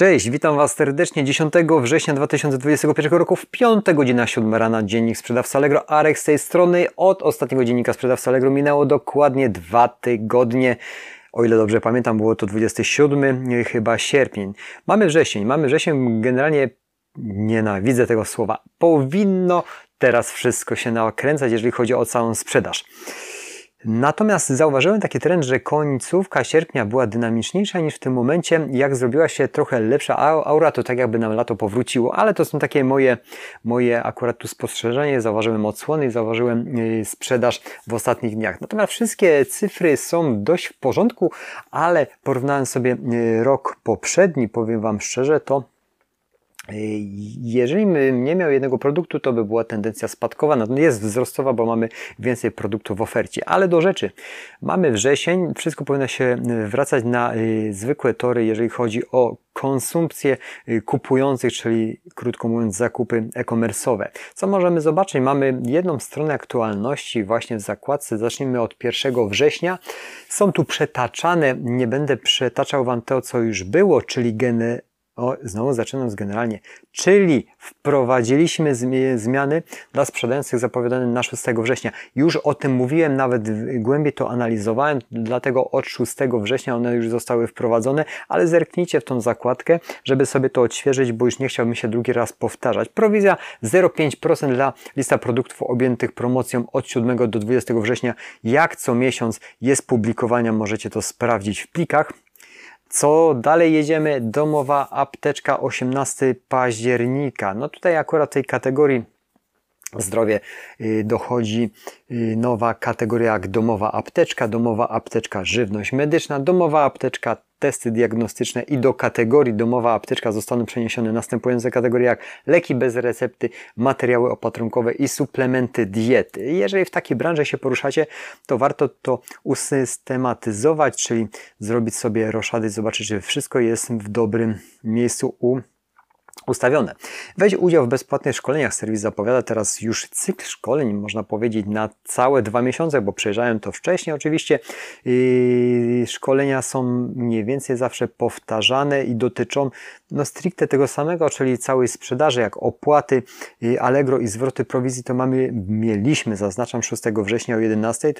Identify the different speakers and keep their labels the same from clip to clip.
Speaker 1: Cześć, witam Was serdecznie 10 września 2021 roku w piątek, godzina 7 rana, dziennik sprzedawca Allegro. Arek z tej strony. Od ostatniego dziennika sprzedawca Allegro minęło dokładnie 2 tygodnie. O ile dobrze pamiętam, było to 27 chyba sierpień. Mamy wrzesień, generalnie nienawidzę tego słowa. Powinno teraz wszystko się nakręcać, jeżeli chodzi o całą sprzedaż. Natomiast zauważyłem taki trend, że końcówka sierpnia była dynamiczniejsza niż w tym momencie. Jak zrobiła się trochę lepsza aura, to tak jakby nam lato powróciło, ale to są takie moje akurat tu spostrzeżenie. Zauważyłem odsłony i zauważyłem sprzedaż w ostatnich dniach. Natomiast wszystkie cyfry są dość w porządku, ale porównałem sobie rok poprzedni, powiem Wam szczerze, to jeżeli bym nie miał jednego produktu, to by była tendencja spadkowa. No, jest wzrostowa, bo mamy więcej produktów w ofercie. Ale do rzeczy. Mamy wrzesień, wszystko powinno się wracać na zwykłe tory, jeżeli chodzi o konsumpcję kupujących, czyli krótko mówiąc zakupy e-commerce'owe. Co możemy zobaczyć? Mamy jedną stronę aktualności właśnie w zakładce. Zacznijmy od 1 września. Są tu przetaczane, nie będę przetaczał Wam to, co już było, czyli znowu zaczynam generalnie, czyli wprowadziliśmy zmiany dla sprzedających zapowiadane na 6 września. Już o tym mówiłem, nawet głębiej to analizowałem, dlatego od 6 września one już zostały wprowadzone, ale zerknijcie w tą zakładkę, żeby sobie to odświeżyć, bo już nie chciałbym się drugi raz powtarzać. Prowizja 0,5% dla lista produktów objętych promocją od 7 do 20 września. Jak co miesiąc jest publikowania, możecie to sprawdzić w plikach. Co dalej jedziemy? Domowa apteczka 18 października. No tutaj akurat tej kategorii zdrowie dochodzi nowa kategoria jak domowa apteczka żywność medyczna, domowa apteczka testy diagnostyczne i do kategorii domowa apteczka zostaną przeniesione następujące kategorie jak leki bez recepty, materiały opatrunkowe i suplementy diety. Jeżeli w takiej branży się poruszacie, to warto to usystematyzować, czyli zrobić sobie roszady, zobaczyć, że wszystko jest w dobrym miejscu ustawione. Weź udział w bezpłatnych szkoleniach. Serwis zapowiada teraz już cykl szkoleń, można powiedzieć, na całe 2 miesiące, bo przejrzałem to wcześniej oczywiście. Szkolenia są mniej więcej zawsze powtarzane i dotyczą stricte tego samego, czyli całej sprzedaży, jak opłaty Allegro i zwroty prowizji, to mieliśmy, zaznaczam, 6 września o 11,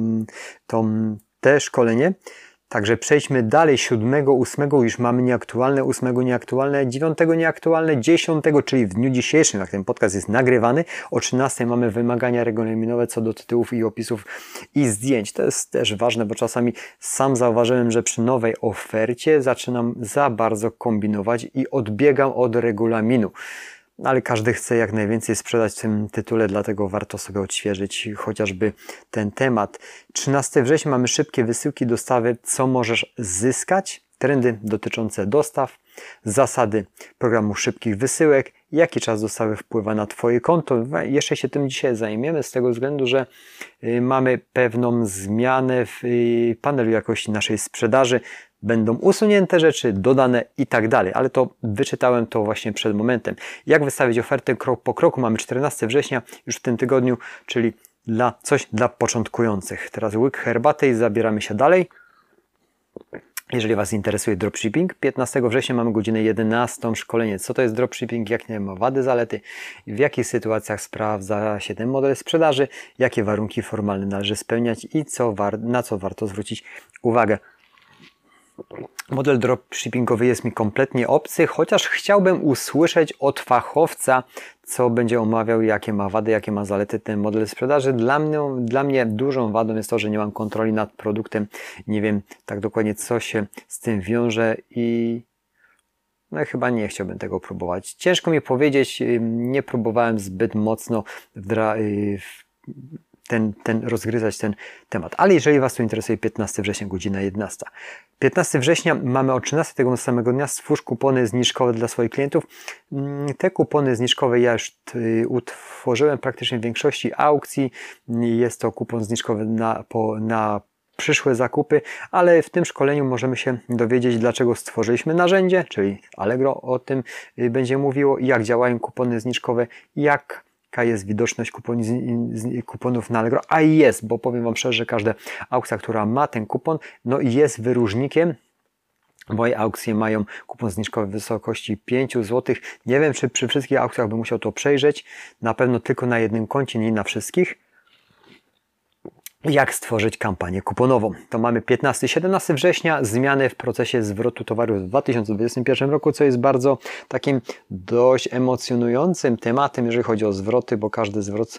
Speaker 1: te szkolenie. Także przejdźmy dalej, 7, 8 już mamy nieaktualne, 8 nieaktualne, 9 nieaktualne, 10, czyli w dniu dzisiejszym, jak ten podcast jest nagrywany, o 13 mamy wymagania regulaminowe co do tytułów i opisów i zdjęć. To jest też ważne, bo czasami sam zauważyłem, że przy nowej ofercie zaczynam za bardzo kombinować i odbiegam od regulaminu. Ale każdy chce jak najwięcej sprzedać w tym tytule, dlatego warto sobie odświeżyć chociażby ten temat. 13 września mamy szybkie wysyłki, dostawy, co możesz zyskać, trendy dotyczące dostaw, zasady programu szybkich wysyłek, jaki czas dostawy wpływa na Twoje konto. Jeszcze się tym dzisiaj zajmiemy z tego względu, że mamy pewną zmianę w panelu jakości naszej sprzedaży. Będą usunięte rzeczy, dodane i tak dalej, ale to wyczytałem to właśnie przed momentem. Jak wystawić ofertę krok po kroku? Mamy 14 września już w tym tygodniu, czyli coś dla początkujących. Teraz łyk herbaty i zabieramy się dalej. Jeżeli Was interesuje dropshipping, 15 września mamy godzinę 11, szkolenie. Co to jest dropshipping, jakie ma wady, zalety, w jakich sytuacjach sprawdza się ten model sprzedaży, jakie warunki formalne należy spełniać i na co warto zwrócić uwagę. Model dropshippingowy jest mi kompletnie obcy, chociaż chciałbym usłyszeć od fachowca, co będzie omawiał, jakie ma wady, jakie ma zalety ten model sprzedaży. Dla mnie dużą wadą jest to, że nie mam kontroli nad produktem. Nie wiem tak dokładnie, co się z tym wiąże i chyba nie chciałbym tego próbować. Ciężko mi powiedzieć, nie próbowałem zbyt mocno rozgryzać ten temat. Ale jeżeli Was to interesuje, 15 września, godzina 11. 15 września mamy o 13 tego samego dnia. Stwórz kupony zniżkowe dla swoich klientów. Te kupony zniżkowe ja już utworzyłem praktycznie w większości aukcji. Jest to kupon zniżkowy na przyszłe zakupy, ale w tym szkoleniu możemy się dowiedzieć, dlaczego stworzyliśmy narzędzie, czyli Allegro o tym będzie mówiło, jak działają kupony zniżkowe, jaka jest widoczność kuponów na Allegro, a jest, bo powiem Wam szczerze, że każda aukcja, która ma ten kupon, jest wyróżnikiem Moje aukcje mają kupon zniżkowy w wysokości 5 zł. Nie wiem, czy przy wszystkich aukcjach bym musiał to przejrzeć. Na pewno tylko na jednym koncie, nie na wszystkich. Jak stworzyć kampanię kuponową? To mamy 15-17 września, zmiany w procesie zwrotu towaru w 2021 roku, co jest bardzo takim dość emocjonującym tematem, jeżeli chodzi o zwroty, bo każdy zwrot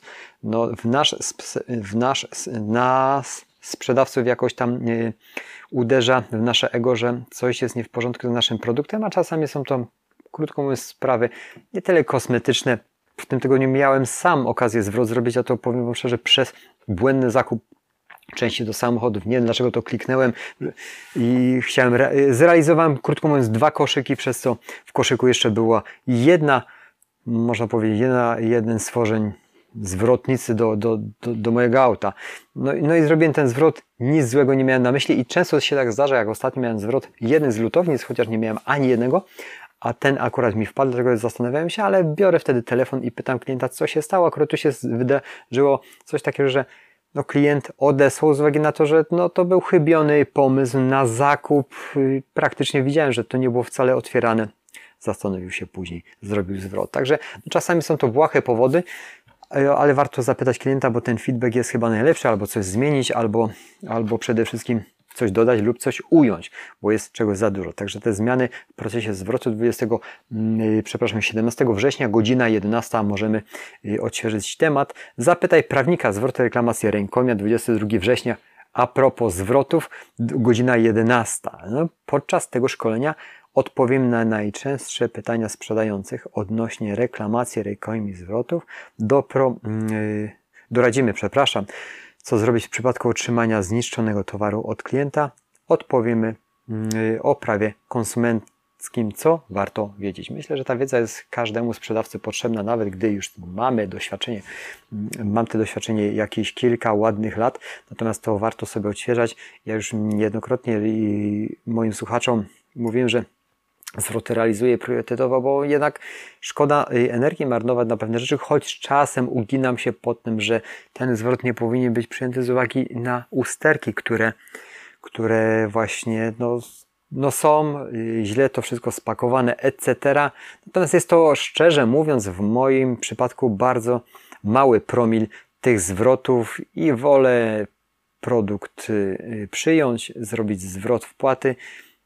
Speaker 1: nas sprzedawców jakoś tam uderza w nasze ego, że coś jest nie w porządku z naszym produktem, a czasami są to, krótko mówiąc, sprawy nie tyle kosmetyczne. W tym tygodniu miałem sam okazję zwrot zrobić, a to powiem wam szczerze, przez błędny zakup części do samochodów. Nie wiem, dlaczego to kliknąłem i zrealizowałem, krótko mówiąc, 2 koszyki, przez co w koszyku jeszcze była można powiedzieć, jeden stworzeń zwrotnicy do mojego auta. No i zrobiłem ten zwrot, nic złego nie miałem na myśli i często się tak zdarza, jak ostatnio miałem zwrot jeden z lutownic, chociaż nie miałem ani jednego, a ten akurat mi wpadł, dlatego zastanawiałem się, ale biorę wtedy telefon i pytam klienta, co się stało. Akurat tu się wydarzyło coś takiego, że klient odesłał z uwagi na to, że to był chybiony pomysł na zakup. Praktycznie widziałem, że to nie było wcale otwierane. Zastanowił się później, zrobił zwrot. Także czasami są to błahe powody, ale warto zapytać klienta, bo ten feedback jest chyba najlepszy, albo coś zmienić, albo przede wszystkim coś dodać lub coś ująć, bo jest czegoś za dużo. Także te zmiany w procesie zwrotu 17 września, godzina 11, możemy odświeżyć temat. Zapytaj prawnika, zwroty, reklamacje, rękomia, 22 września. A propos zwrotów, godzina 11. Podczas tego szkolenia odpowiem na najczęstsze pytania sprzedających odnośnie reklamacji, rękomii, zwrotów. Doradzimy, co zrobić w przypadku otrzymania zniszczonego towaru od klienta. Odpowiemy o prawie konsumenckim, co warto wiedzieć. Myślę, że ta wiedza jest każdemu sprzedawcy potrzebna, nawet gdy już mamy doświadczenie. Mam to doświadczenie jakieś kilka ładnych lat, natomiast to warto sobie odświeżać. Ja już niejednokrotnie moim słuchaczom mówiłem, że zwroty realizuję priorytetowo, bo jednak szkoda energii marnować na pewne rzeczy, choć czasem uginam się pod tym, że ten zwrot nie powinien być przyjęty z uwagi na usterki, które właśnie są źle to wszystko spakowane, etc. Natomiast jest to, szczerze mówiąc, w moim przypadku bardzo mały promil tych zwrotów i wolę produkt przyjąć, zrobić zwrot wpłaty.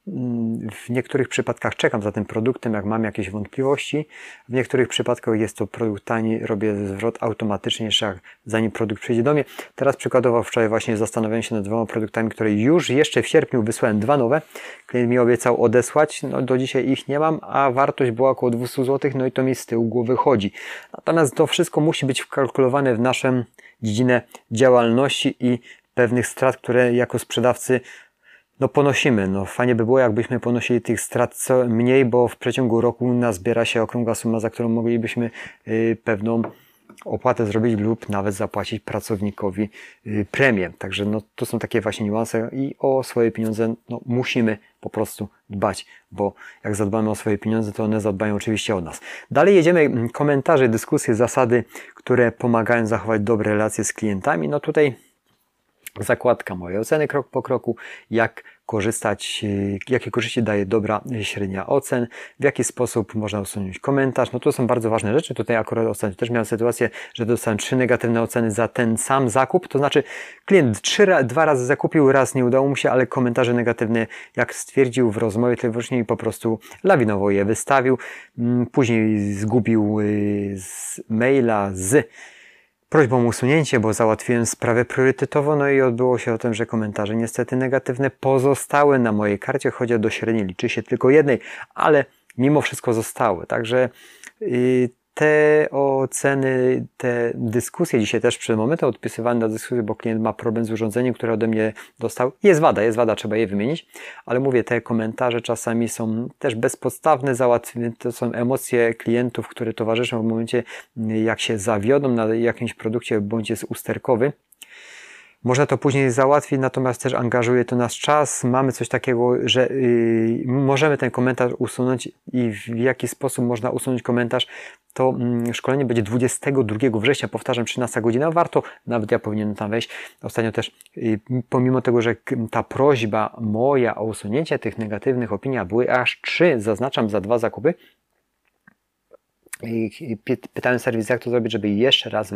Speaker 1: W niektórych przypadkach czekam za tym produktem, jak mam jakieś wątpliwości. W niektórych przypadkach jest to produkt tani, robię zwrot automatycznie, jeszcze zanim produkt przyjdzie do mnie. Teraz przykładowo wczoraj właśnie zastanawiałem się nad 2 produktami, które już jeszcze w sierpniu wysłałem 2 nowe. Klient mi obiecał odesłać, do dzisiaj ich nie mam, a wartość była około 200 zł, i to mi z tyłu głowy chodzi. Natomiast to wszystko musi być wkalkulowane w naszą dziedzinę działalności i pewnych strat, które jako sprzedawcy ponosimy. Fajnie by było, jakbyśmy ponosili tych strat co mniej, bo w przeciągu roku nazbiera się okrągła suma, za którą moglibyśmy pewną opłatę zrobić lub nawet zapłacić pracownikowi premię. Także to są takie właśnie niuanse i o swoje pieniądze musimy po prostu dbać, bo jak zadbamy o swoje pieniądze, to one zadbają oczywiście o nas. Dalej jedziemy, komentarze, dyskusje, zasady, które pomagają zachować dobre relacje z klientami. Tutaj zakładka moje oceny krok po kroku, jak korzystać, jakie korzyści daje dobra średnia ocen, w jaki sposób można usunąć komentarz. To są bardzo ważne rzeczy. Tutaj akurat ostatnio też miałem sytuację, że dostałem 3 negatywne oceny za ten sam zakup, to znaczy klient 2 razy zakupił, raz nie udało mu się, ale komentarze negatywne, jak stwierdził w rozmowie telefonicznej, po prostu lawinowo je wystawił. Później zgubił maila z prośbą o usunięcie, bo załatwiłem sprawę priorytetowo, i odbyło się o tym, że komentarze niestety negatywne pozostały na mojej karcie, choć do średniej liczy się tylko jednej, ale mimo wszystko zostały. Także te oceny, te dyskusje, dzisiaj też przed momentem odpisywałem na dyskusję, bo klient ma problem z urządzeniem, które ode mnie dostał. Jest wada, trzeba je wymienić, ale mówię, te komentarze czasami są też bezpodstawne, to są emocje klientów, które towarzyszą w momencie, jak się zawiodą na jakimś produkcie, bądź jest usterkowy. można to później załatwić, natomiast też angażuje to nasz czas. Mamy coś takiego, że możemy ten komentarz usunąć i w jaki sposób można usunąć komentarz. To szkolenie będzie 22 września, powtarzam, 13 godzina. Warto, nawet ja powinienem tam wejść. Ostatnio też, pomimo tego, że ta prośba moja o usunięcie tych negatywnych opinii, a były aż 3, zaznaczam, za 2 zakupy, i pytałem serwis, jak to zrobić, żeby jeszcze raz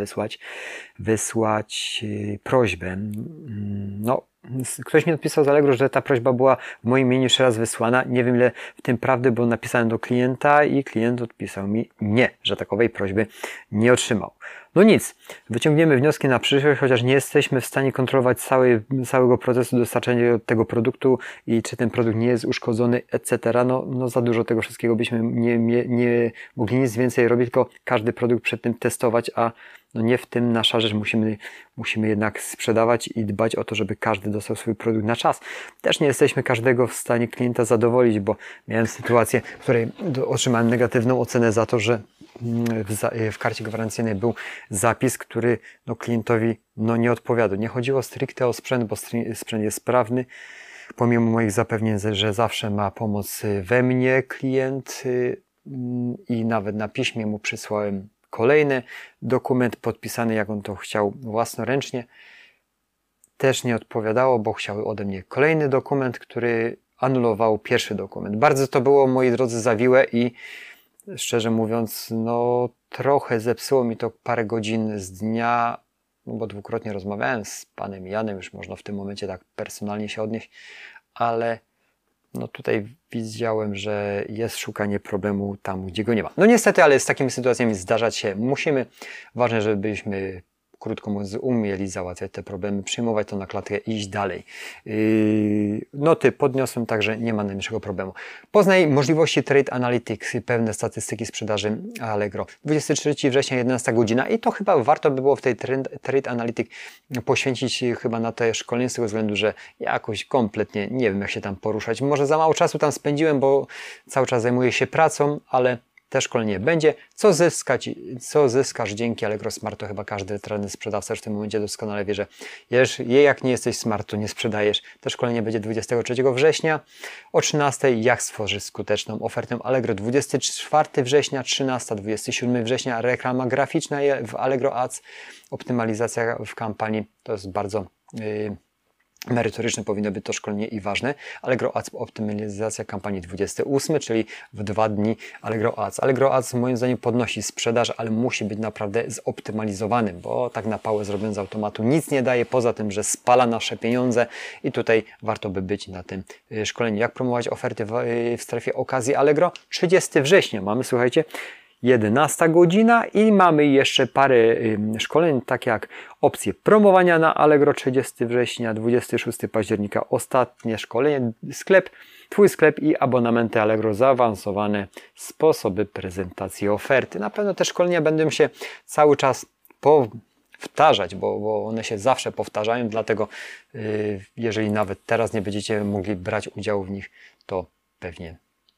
Speaker 1: wysłać prośbę. No, ktoś mi odpisał z Allegro, że ta prośba była w moim imieniu jeszcze raz wysłana. Nie wiem, ile w tym prawdy, bo napisałem do klienta i klient odpisał mi nie, że takowej prośby nie otrzymał. No nic, wyciągniemy wnioski na przyszłość, chociaż nie jesteśmy w stanie kontrolować całego procesu dostarczenia tego produktu i czy ten produkt nie jest uszkodzony, etc. No za dużo tego wszystkiego byśmy nie mogli nic więcej robić, tylko każdy produkt przed tym testować, a no nie w tym nasza rzecz. Musimy jednak sprzedawać i dbać o to, żeby każdy dostał swój produkt na czas. Też nie jesteśmy każdego w stanie klienta zadowolić, bo miałem sytuację, w której otrzymałem negatywną ocenę za to, że w karcie gwarancyjnej był zapis, który klientowi nie odpowiadał. Nie chodziło stricte o sprzęt, bo sprzęt jest sprawny. Pomimo moich zapewnień, że zawsze ma pomoc we mnie klient i nawet na piśmie mu przysłałem kolejny dokument podpisany, jak on to chciał własnoręcznie. Też nie odpowiadało, bo chciał ode mnie kolejny dokument, który anulował pierwszy dokument. Bardzo to było, moi drodzy, zawiłe i szczerze mówiąc, trochę zepsuło mi to parę godzin z dnia, bo dwukrotnie rozmawiałem z panem Janem, już można w tym momencie tak personalnie się odnieść, ale tutaj widziałem, że jest szukanie problemu tam, gdzie go nie ma. No niestety, ale z takimi sytuacjami zdarzać się musimy. Ważne, żebyśmy, krótko mówiąc, umieli załatwiać te problemy, przyjmować to na klatkę i iść dalej. Noty podniosłem, także nie ma najmniejszego problemu. Poznaj możliwości Trade Analytics i pewne statystyki sprzedaży Allegro. 23 września, 11 godzina i to chyba warto by było w tej Trade Analytics poświęcić chyba na te szkolenie z tego względu, że jakoś kompletnie nie wiem, jak się tam poruszać. Może za mało czasu tam spędziłem, bo cały czas zajmuję się pracą, ale te szkolenie będzie. Co zyskasz dzięki Allegro Smart, to chyba każdy trener, sprzedawca już w tym momencie doskonale wie, że jak nie jesteś smart, to nie sprzedajesz. To szkolenie będzie 23 września o 13, jak stworzyć skuteczną ofertę Allegro. 24 września, 13, 27 września reklama graficzna w Allegro Ads, optymalizacja w kampanii, to jest bardzo merytoryczne powinno być to szkolenie i ważne. Allegro Ads, optymalizacja kampanii 28, czyli w 2 dni Allegro Ads. Allegro Ads moim zdaniem podnosi sprzedaż, ale musi być naprawdę zoptymalizowanym, bo tak na pałę zrobiony z automatu nic nie daje, poza tym, że spala nasze pieniądze i tutaj warto by być na tym szkoleniu. Jak promować oferty w strefie okazji Allegro? 30 września mamy, słuchajcie, 11 godzina i mamy jeszcze parę szkoleń, tak jak opcje promowania na Allegro 30 września, 26 października ostatnie szkolenie, Twój sklep i abonamenty Allegro, zaawansowane sposoby prezentacji oferty. Na pewno te szkolenia będą się cały czas powtarzać, bo one się zawsze powtarzają, dlatego jeżeli nawet teraz nie będziecie mogli brać udziału w nich, to pewnie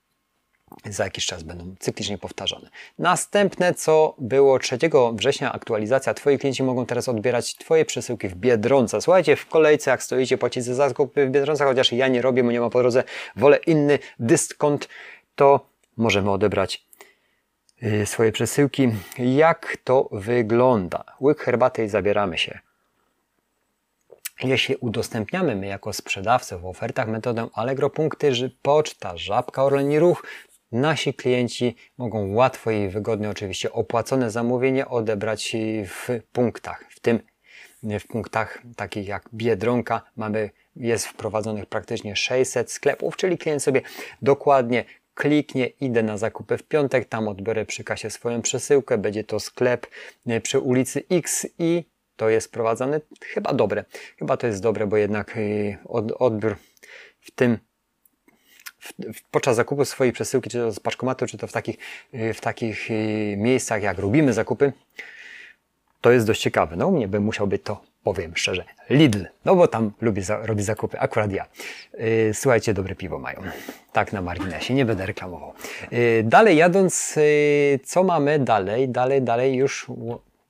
Speaker 1: za jakiś czas będą cyklicznie powtarzane. Następne, co było 3 września, aktualizacja. Twoi klienci mogą teraz odbierać Twoje przesyłki w Biedronce. Słuchajcie, w kolejce, jak stoicie, płacicie za zakupy w Biedronce, chociaż ja nie robię, bo nie ma po drodze, wolę inny dyskont, to możemy odebrać swoje przesyłki. Jak to wygląda? Łyk herbaty i zabieramy się. Jeśli udostępniamy my jako sprzedawcy w ofertach metodę Allegro punkty, poczta, Żabka, Orlen i Ruch, nasi klienci mogą łatwo i wygodnie oczywiście opłacone zamówienie odebrać w punktach. W punktach takich jak Biedronka jest wprowadzonych praktycznie 600 sklepów, czyli klient sobie dokładnie kliknie, idę na zakupy w piątek, tam odbiorę przy kasie swoją przesyłkę, będzie to sklep przy ulicy X i to jest wprowadzane. Chyba dobre. Chyba to jest dobre, bo jednak odbiór podczas zakupu swojej przesyłki, czy to z paczkomatu, czy to w takich miejscach, jak robimy zakupy, to jest dość ciekawe. No u mnie by musiał być to, powiem szczerze, Lidl, no bo tam lubię robić zakupy, akurat ja. Słuchajcie, dobre piwo mają. Tak na marginesie, nie będę reklamował. Dalej jadąc, co mamy dalej? Dalej już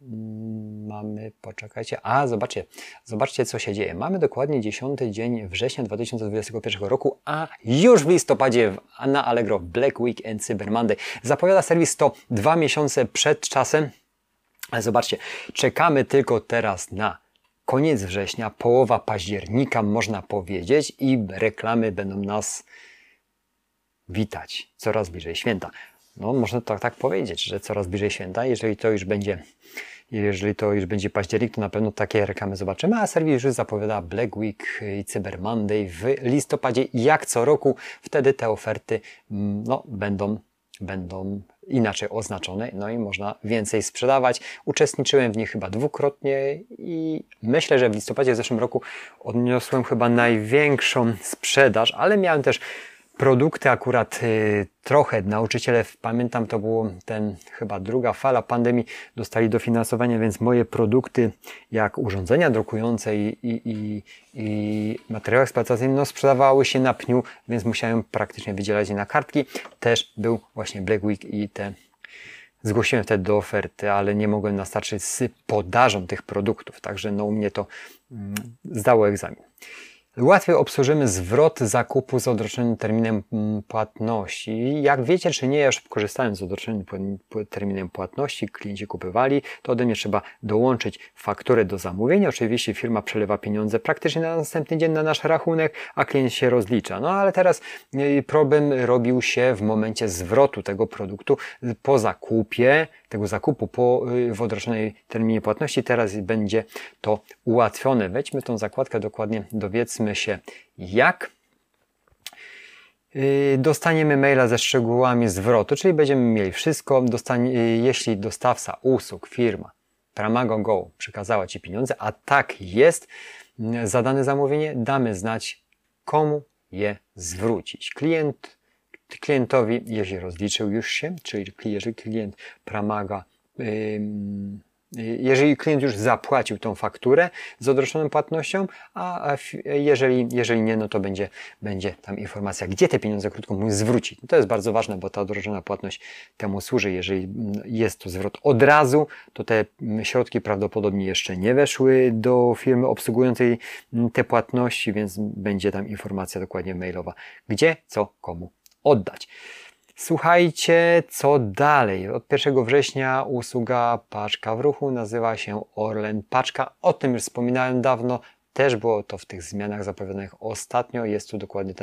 Speaker 1: mamy, poczekajcie, zobaczcie co się dzieje. Mamy dokładnie 10 dzień września 2021 roku, a już w listopadzie na Allegro Black Week and Cyber Monday. Zapowiada serwis to 2 miesiące przed czasem. Ale zobaczcie, czekamy tylko teraz na koniec września, połowa października można powiedzieć i reklamy będą nas witać coraz bliżej święta. No, można tak powiedzieć, że coraz bliżej święta. Jeżeli to już będzie październik, to na pewno takie reklamy zobaczymy, a serwis już zapowiada Black Week i Cyber Monday w listopadzie. Jak co roku, wtedy te oferty no, będą inaczej oznaczone, no i można więcej sprzedawać. Uczestniczyłem w nich chyba dwukrotnie i myślę, że w listopadzie w zeszłym roku odniosłem chyba największą sprzedaż, ale miałem też produkty akurat trochę. Nauczyciele, pamiętam, to było chyba druga fala pandemii, dostali dofinansowanie, więc moje produkty jak urządzenia drukujące i materiały eksploatacyjne no, sprzedawały się na pniu, więc musiałem praktycznie wydzielać je na kartki. Też był właśnie Black Week i zgłosiłem wtedy do oferty, ale nie mogłem nastarczyć z podażą tych produktów, także no, u mnie to zdało egzamin. Łatwiej obsłużymy zwrot zakupu z odroczonym terminem płatności. Jak wiecie czy nie, ja już korzystałem z odroczonym terminem płatności, klienci kupywali, to ode mnie trzeba dołączyć fakturę do zamówienia. Oczywiście firma przelewa pieniądze praktycznie na następny dzień na nasz rachunek, a klient się rozlicza. No ale teraz problem robił się w momencie zwrotu tego produktu po zakupie, tego zakupu w odroczonej terminie płatności. Teraz będzie to ułatwione. Wejdźmy tą zakładkę dokładnie, dowiedzmy się jak. Dostaniemy maila ze szczegółami zwrotu, czyli będziemy mieli wszystko. Jeśli dostawca usług, firma Pramago Go przekazała Ci pieniądze, a tak jest, za dane zamówienie damy znać, komu je zwrócić. Klientowi, jeśli rozliczył już się, czyli jeżeli klient Pramaga, jeżeli klient już zapłacił tą fakturę z odroczoną płatnością, a jeżeli nie, no to będzie tam informacja, gdzie te pieniądze, krótko mówiąc, zwrócić. To jest bardzo ważne, bo ta odroczona płatność temu służy. Jeżeli jest to zwrot od razu, to te środki prawdopodobnie jeszcze nie weszły do firmy obsługującej te płatności, więc będzie tam informacja dokładnie mailowa, gdzie, co, komu oddać. Słuchajcie, co dalej? Od 1 września usługa Paczka w ruchu nazywa się Orlen Paczka. O tym już wspominałem dawno. Też było to w tych zmianach zapowiadanych ostatnio. Jest tu dokładnie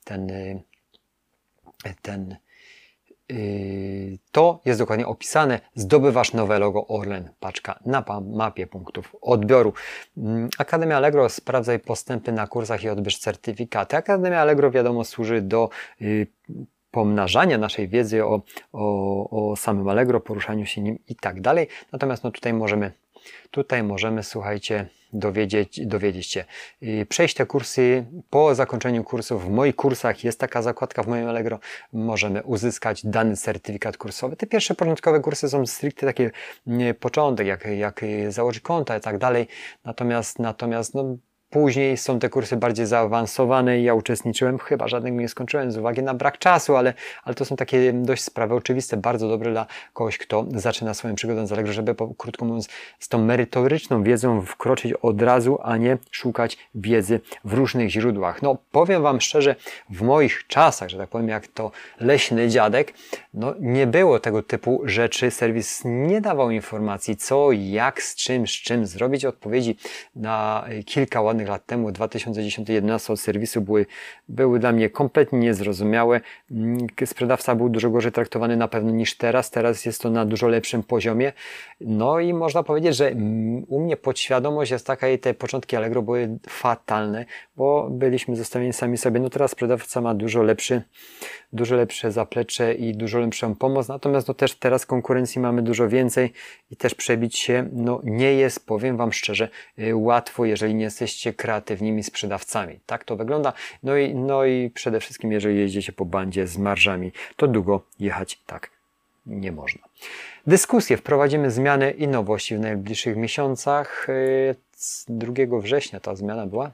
Speaker 1: to jest dokładnie opisane. Zdobywasz nowe logo Orlen Paczka na mapie punktów odbioru. Akademia Allegro, sprawdzaj postępy na kursach i odbierz certyfikaty. Akademia Allegro, wiadomo, służy do pomnażania naszej wiedzy o samym Allegro, poruszaniu się nim i tak dalej. Natomiast no, tutaj możemy, słuchajcie, dowiedzieć się, przejść te kursy. Po zakończeniu kursów, w moich kursach jest taka zakładka w moim Allegro, możemy uzyskać dany certyfikat kursowy. Te pierwsze początkowe kursy są stricte takie początek, jak założyć konta i tak dalej. Natomiast no, później są te kursy bardziej zaawansowane i ja uczestniczyłem, chyba żadnego nie skończyłem z uwagi na brak czasu, ale to są takie dość sprawy oczywiste, bardzo dobre dla kogoś, kto zaczyna swoją przygodę z Allegro, żeby, krótko mówiąc, z tą merytoryczną wiedzą wkroczyć od razu, a nie szukać wiedzy w różnych źródłach. No, powiem Wam szczerze, w moich czasach, że tak powiem, jak to leśny dziadek, no nie było tego typu rzeczy, serwis nie dawał informacji, co, jak, z czym zrobić. Odpowiedzi na kilka ładnych lat temu, 2010-2011 od serwisu były dla mnie kompletnie niezrozumiałe. Sprzedawca był dużo gorzej traktowany na pewno niż teraz. Teraz jest to na dużo lepszym poziomie. No i można powiedzieć, że u mnie podświadomość jest taka i te początki Allegro były fatalne, bo byliśmy zostawieni sami sobie. No teraz sprzedawca ma dużo lepsze zaplecze i dużo lepszą pomoc. Natomiast no też teraz konkurencji mamy dużo więcej i też przebić się no nie jest, powiem Wam szczerze, łatwo, jeżeli nie jesteście kreatywnymi sprzedawcami. Tak to wygląda. No i przede wszystkim, jeżeli jeździcie po bandzie z marżami, to długo jechać tak nie można. Dyskusje. Wprowadzimy zmiany i nowości w najbliższych miesiącach. 2 września ta zmiana była.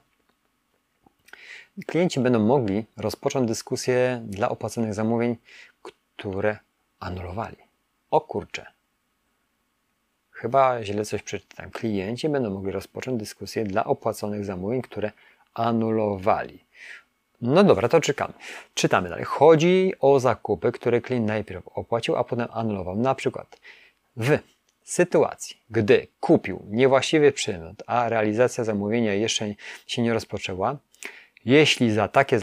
Speaker 1: Klienci będą mogli rozpocząć dyskusję dla opłaconych zamówień, które anulowali. O kurczę. chyba źle coś przeczytałem, klienci będą mogli rozpocząć dyskusję dla opłaconych zamówień, które anulowali. No dobra, to czekamy. Czytamy dalej. Chodzi o zakupy, które klient najpierw opłacił, a potem anulował. Na przykład w sytuacji, gdy kupił niewłaściwy przedmiot, a realizacja zamówienia jeszcze się nie rozpoczęła, jeśli za takie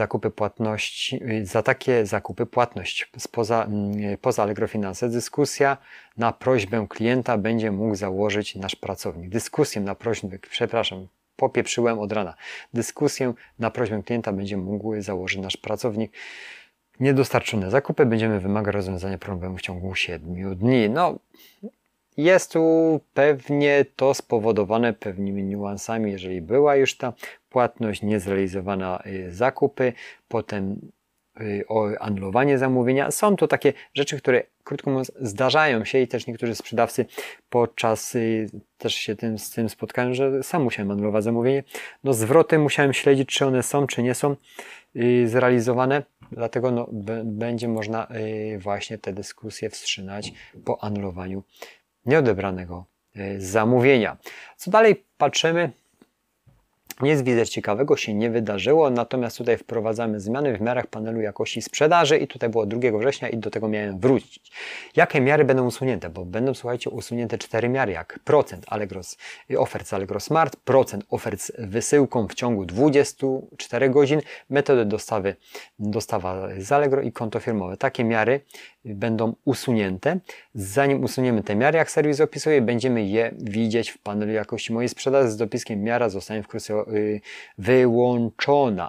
Speaker 1: zakupy płatność poza Allegro Finanse, dyskusja na prośbę klienta będzie mógł założyć nasz pracownik. Dyskusję na prośbę, przepraszam, popieprzyłem od rana. Dyskusję na prośbę klienta będzie mógł założyć nasz pracownik. Niedostarczone zakupy będziemy wymagać rozwiązania problemu w ciągu 7 dni. No, jest tu pewnie to spowodowane pewnymi niuansami, jeżeli była już ta płatność, niezrealizowana zakupy, potem anulowanie zamówienia. Są to takie rzeczy, które krótko mówiąc zdarzają się i też niektórzy sprzedawcy podczas też się z tym spotkałem, że sam musiałem anulować zamówienie. No zwroty musiałem śledzić, czy one są, czy nie są zrealizowane. Dlatego no, będzie można właśnie te dyskusje wstrzymać po anulowaniu nieodebranego zamówienia. Co dalej patrzymy? Nic widzę ciekawego się nie wydarzyło, natomiast tutaj wprowadzamy zmiany w miarach panelu jakości sprzedaży i tutaj było 2 września i do tego miałem wrócić. Jakie miary będą usunięte? Bo będą, słuchajcie, usunięte 4 miary, jak procent ofert z Allegro Smart, procent ofert z wysyłką w ciągu 24 godzin, metody dostawa z Allegro i konto firmowe. Takie miary będą usunięte. Zanim usuniemy te miary, jak serwis opisuje, będziemy je widzieć w panelu jakości mojej sprzedaży z dopiskiem miara zostanie wkrótce wyłączona,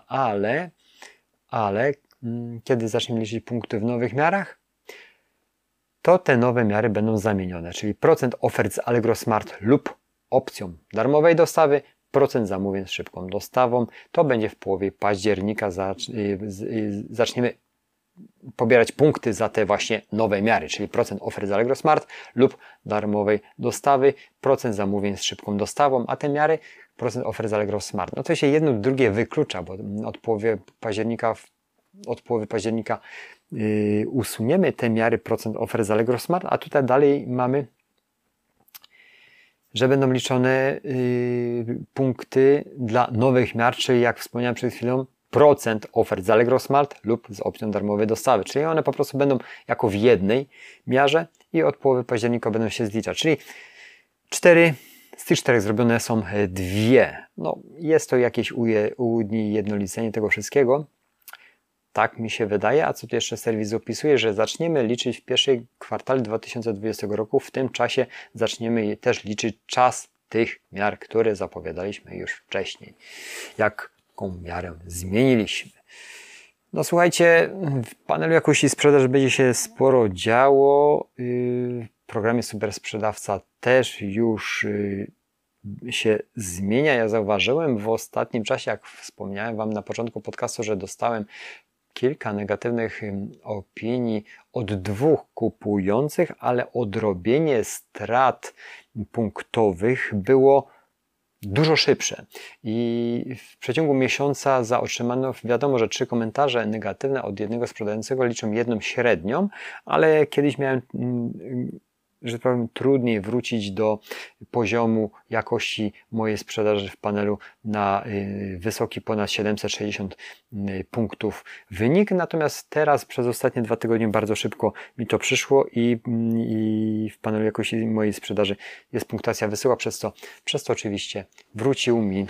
Speaker 1: ale kiedy zaczniemy liczyć punkty w nowych miarach, to te nowe miary będą zamienione, czyli procent ofert z Allegro Smart lub opcją darmowej dostawy, procent zamówień z szybką dostawą, to będzie w połowie października, zaczniemy pobierać punkty za te właśnie nowe miary, czyli procent ofert z Allegro Smart lub darmowej dostawy, procent zamówień z szybką dostawą, a te miary procent ofert z Allegro Smart. No to się jedno drugie wyklucza, bo od połowy października usuniemy te miary procent ofert z Allegro Smart, a tutaj dalej mamy, że będą liczone punkty dla nowych miar, czyli jak wspomniałem przed chwilą, procent ofert z Allegro Smart lub z opcją darmowej dostawy, czyli one po prostu będą jako w jednej miarze i od połowy października będą się zliczać, czyli z tych 4 zrobione są 2. No, jest to jakieś ujednolicenie tego wszystkiego. Tak mi się wydaje, a co tu jeszcze serwis opisuje, że zaczniemy liczyć w pierwszym kwartale 2020 roku. W tym czasie zaczniemy też liczyć czas tych miar, które zapowiadaliśmy już wcześniej. Jaką miarę zmieniliśmy. No słuchajcie, w panelu jakości sprzedaży będzie się sporo działo. W programie Super Sprzedawca też już się zmienia. Ja zauważyłem w ostatnim czasie, jak wspomniałem Wam na początku podcastu, że dostałem kilka negatywnych opinii od 2 kupujących, ale odrobienie strat punktowych było dużo szybsze i w przeciągu miesiąca otrzymano, wiadomo, że 3 komentarze negatywne od jednego sprzedającego liczą jedną średnią, ale kiedyś miałem, że tak powiem, trudniej wrócić do poziomu jakości mojej sprzedaży w panelu na wysoki ponad 760 punktów wynik, natomiast teraz przez ostatnie 2 tygodnie bardzo szybko mi to przyszło i w panelu jakości mojej sprzedaży jest punktacja wysoka, przez to oczywiście wrócił mi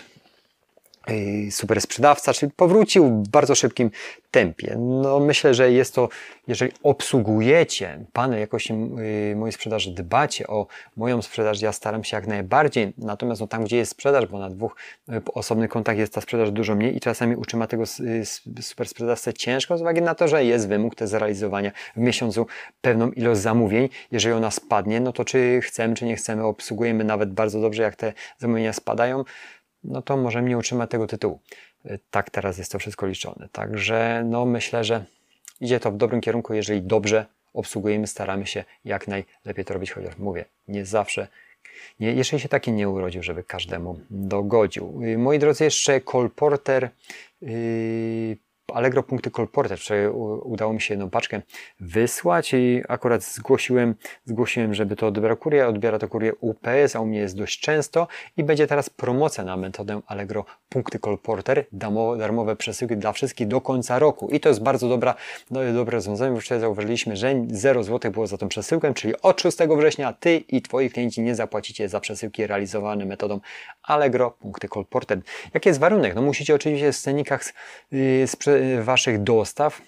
Speaker 1: super sprzedawca, czyli powrócił w bardzo szybkim tempie. No myślę, że jest to, jeżeli obsługujecie panel jakości mojej sprzedaży, dbacie o moją sprzedaż, ja staram się jak najbardziej, natomiast no, tam gdzie jest sprzedaż, bo na 2 osobnych kontach jest ta sprzedaż dużo mniej i czasami utrzyma tego super sprzedawcę ciężko z uwagi na to, że jest wymóg do zrealizowania w miesiącu pewną ilość zamówień. Jeżeli ona spadnie, no to czy chcemy, czy nie chcemy, obsługujemy nawet bardzo dobrze, jak te zamówienia spadają, no to możemy nie utrzymać tego tytułu. Tak teraz jest to wszystko liczone. Także no myślę, że idzie to w dobrym kierunku, jeżeli dobrze obsługujemy, staramy się jak najlepiej to robić, chociaż mówię, nie zawsze, jeszcze się taki nie urodził, żeby każdemu dogodził. Moi drodzy, jeszcze Colporter Allegro punkty Colporter. Wczoraj udało mi się jedną paczkę wysłać i akurat zgłosiłem, żeby to odbierał kurier. Odbiera to kurier UPS, a u mnie jest dość często i będzie teraz promocja na metodę Allegro punkty Colporter. Darmowe przesyłki dla wszystkich do końca roku. I to jest bardzo dobre rozwiązanie, bo wczoraj zauważyliśmy, że 0 zł było za tą przesyłkę, czyli od 6 września Ty i Twoi klienci nie zapłacicie za przesyłki realizowane metodą Allegro punkty Colporter. Jaki jest warunek? No musicie oczywiście w cennikach Waszych dostaw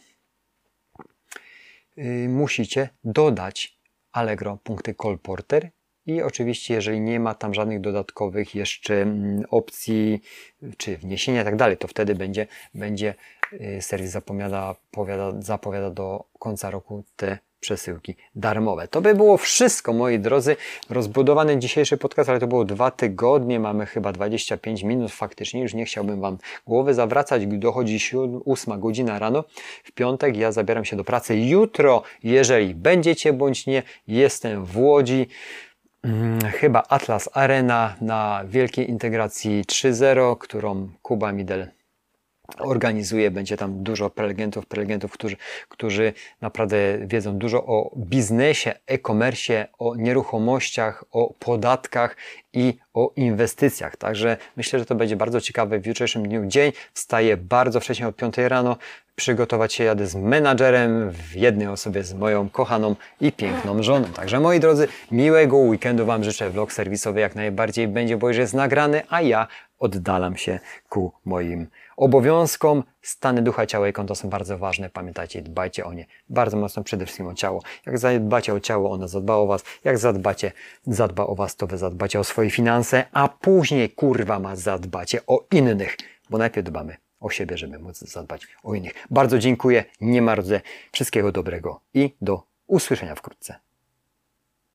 Speaker 1: musicie dodać Allegro punkty Colporter i oczywiście jeżeli nie ma tam żadnych dodatkowych jeszcze opcji czy wniesienia i tak dalej, to wtedy będzie serwis zapowiada do końca roku te przesyłki darmowe. To by było wszystko, moi drodzy. Rozbudowany dzisiejszy podcast, ale to było 2 tygodnie, mamy chyba 25 minut faktycznie, już nie chciałbym Wam głowy zawracać, dochodzi 8 godzina rano, w piątek, ja zabieram się do pracy. Jutro, jeżeli będziecie bądź nie, jestem w Łodzi, chyba Atlas Arena na wielkiej integracji 3.0, którą Kuba Midel organizuje. Będzie tam dużo prelegentów, którzy naprawdę wiedzą dużo o biznesie, e-commerce, o nieruchomościach, o podatkach i o inwestycjach. Także myślę, że to będzie bardzo ciekawy w jutrzejszym dniu dzień. Wstaję bardzo wcześnie od 5 rano. Przygotować się jadę z menadżerem, w jednej osobie z moją kochaną i piękną żoną. Także moi drodzy, miłego weekendu Wam życzę. Vlog serwisowy jak najbardziej będzie, bo już jest nagrany, a ja oddalam się ku moim obowiązkom. Stany ducha, ciała i konta są bardzo ważne. Pamiętajcie, dbajcie o nie bardzo mocno, przede wszystkim o ciało. Jak zadbacie o ciało, ono zadba o Was. Jak zadba o Was, to Wy zadbacie o swoje finanse, a później, kurwa, zadbacie o innych, bo najpierw dbamy o siebie, żeby móc zadbać o innych. Bardzo dziękuję, nie marudzę, wszystkiego dobrego i do usłyszenia wkrótce.